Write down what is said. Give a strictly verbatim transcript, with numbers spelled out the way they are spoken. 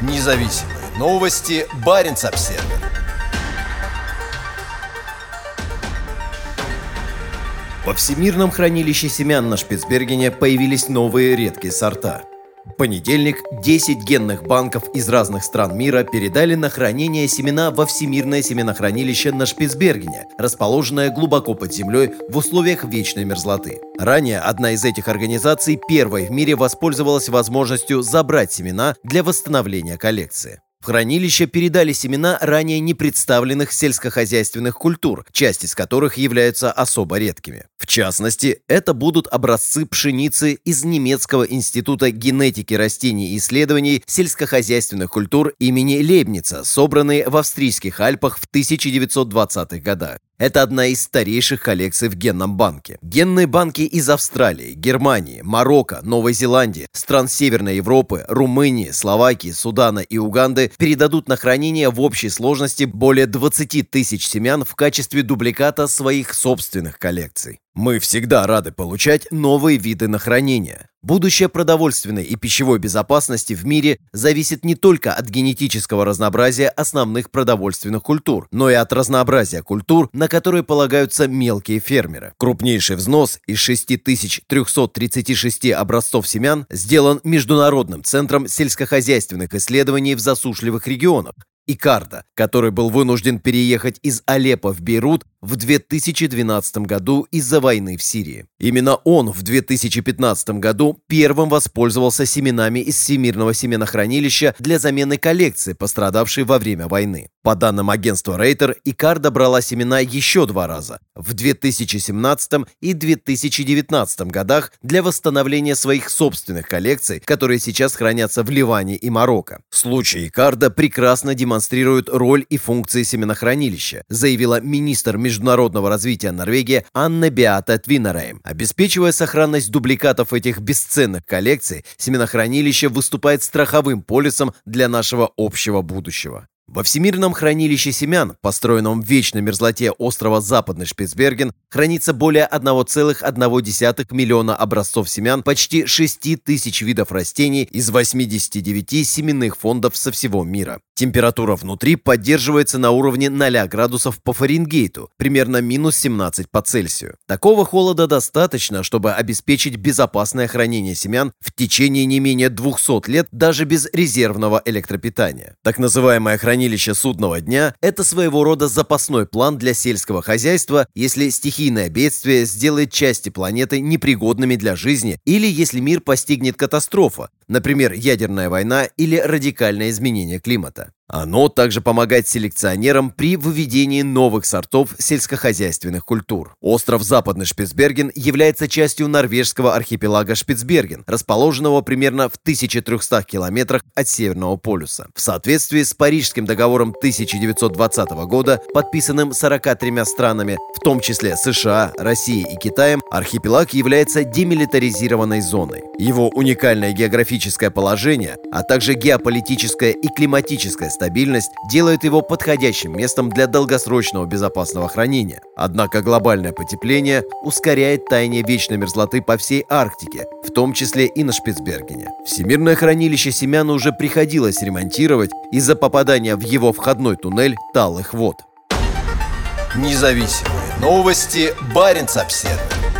Независимые новости. Баренц-Обсервер. Во Всемирном хранилище семян на Шпицбергене появились новые редкие сорта. В понедельник десять генных банков из разных стран мира передали на хранение семена во Всемирное семенохранилище на Шпицбергене, расположенное глубоко под землей в условиях вечной мерзлоты. Ранее одна из этих организаций первой в мире воспользовалась возможностью забрать семена для восстановления коллекции. В хранилище передали семена ранее не представленных сельскохозяйственных культур, часть из которых являются особо редкими. В частности, это будут образцы пшеницы из немецкого института генетики растений и исследований сельскохозяйственных культур имени Лейбница, собранные в австрийских Альпах в тысяча девятьсот двадцатых годах. Это одна из старейших коллекций в генном банке. Генные банки из Австралии, Германии, Марокко, Новой Зеландии, стран Северной Европы, Румынии, Словакии, Судана и Уганды передадут на хранение в общей сложности более двадцати тысяч семян в качестве дубликата своих собственных коллекций. Мы всегда рады получать новые виды на хранение. Будущее продовольственной и пищевой безопасности в мире зависит не только от генетического разнообразия основных продовольственных культур, но и от разнообразия культур, на которые полагаются мелкие фермеры. Крупнейший взнос из шести тысяч трёхсот тридцати шести образцов семян сделан Международным центром сельскохозяйственных исследований в засушливых регионах «Икарда», который был вынужден переехать из Алеппо в Бейрут в две тысячи двенадцатом году из-за войны в Сирии. Именно он в две тысячи пятнадцатом году первым воспользовался семенами из Всемирного семенохранилища для замены коллекции, пострадавшей во время войны. По данным агентства Рейтер, «Икарда» брала семена еще два раза – в две тысячи семнадцатом и две тысячи девятнадцатом годах для восстановления своих собственных коллекций, которые сейчас хранятся в Ливане и Марокко. Случай «Икарда» прекрасно демонстрирует роль и функции семенохранилища, заявила министр международного развития Норвегии Анне Беате Твиннерейм. Обеспечивая сохранность дубликатов этих бесценных коллекций, семенохранилище выступает страховым полисом для нашего общего будущего. Во Всемирном хранилище семян, построенном в вечной мерзлоте острова Западный Шпицберген, хранится более одного целых одного десятого миллиона образцов семян почти шести тысяч видов растений из восьмидесяти девяти семенных фондов со всего мира. Температура внутри поддерживается на уровне ноля градусов по Фаренгейту, примерно минус семнадцать по Цельсию. Такого холода достаточно, чтобы обеспечить безопасное хранение семян в течение не менее двухсот лет даже без резервного электропитания. Так называемое хранилище судного дня – это своего рода запасной план для сельского хозяйства, если стихийное бедствие сделает части планеты непригодными для жизни или если мир постигнет катастрофа, например, ядерная война или радикальное изменение климата. Оно также помогает селекционерам при выведении новых сортов сельскохозяйственных культур. Остров Западный Шпицберген является частью норвежского архипелага Шпицберген, расположенного примерно в тысяче трёхстах километрах от Северного полюса. В соответствии с Парижским договором тысяча девятьсот двадцатого года, подписанным сорока тремя странами, в том числе США, Россией и Китаем, архипелаг является демилитаризированной зоной. Его уникальное географическое положение, а также геополитическая и климатическая стабильность делают его подходящим местом для долгосрочного безопасного хранения. Однако глобальное потепление ускоряет таяние вечной мерзлоты по всей Арктике, в том числе и на Шпицбергене. Всемирное хранилище семян уже приходилось ремонтировать из-за попадания в его входной туннель талых вод. Независимые новости. Баренц-Обсервер.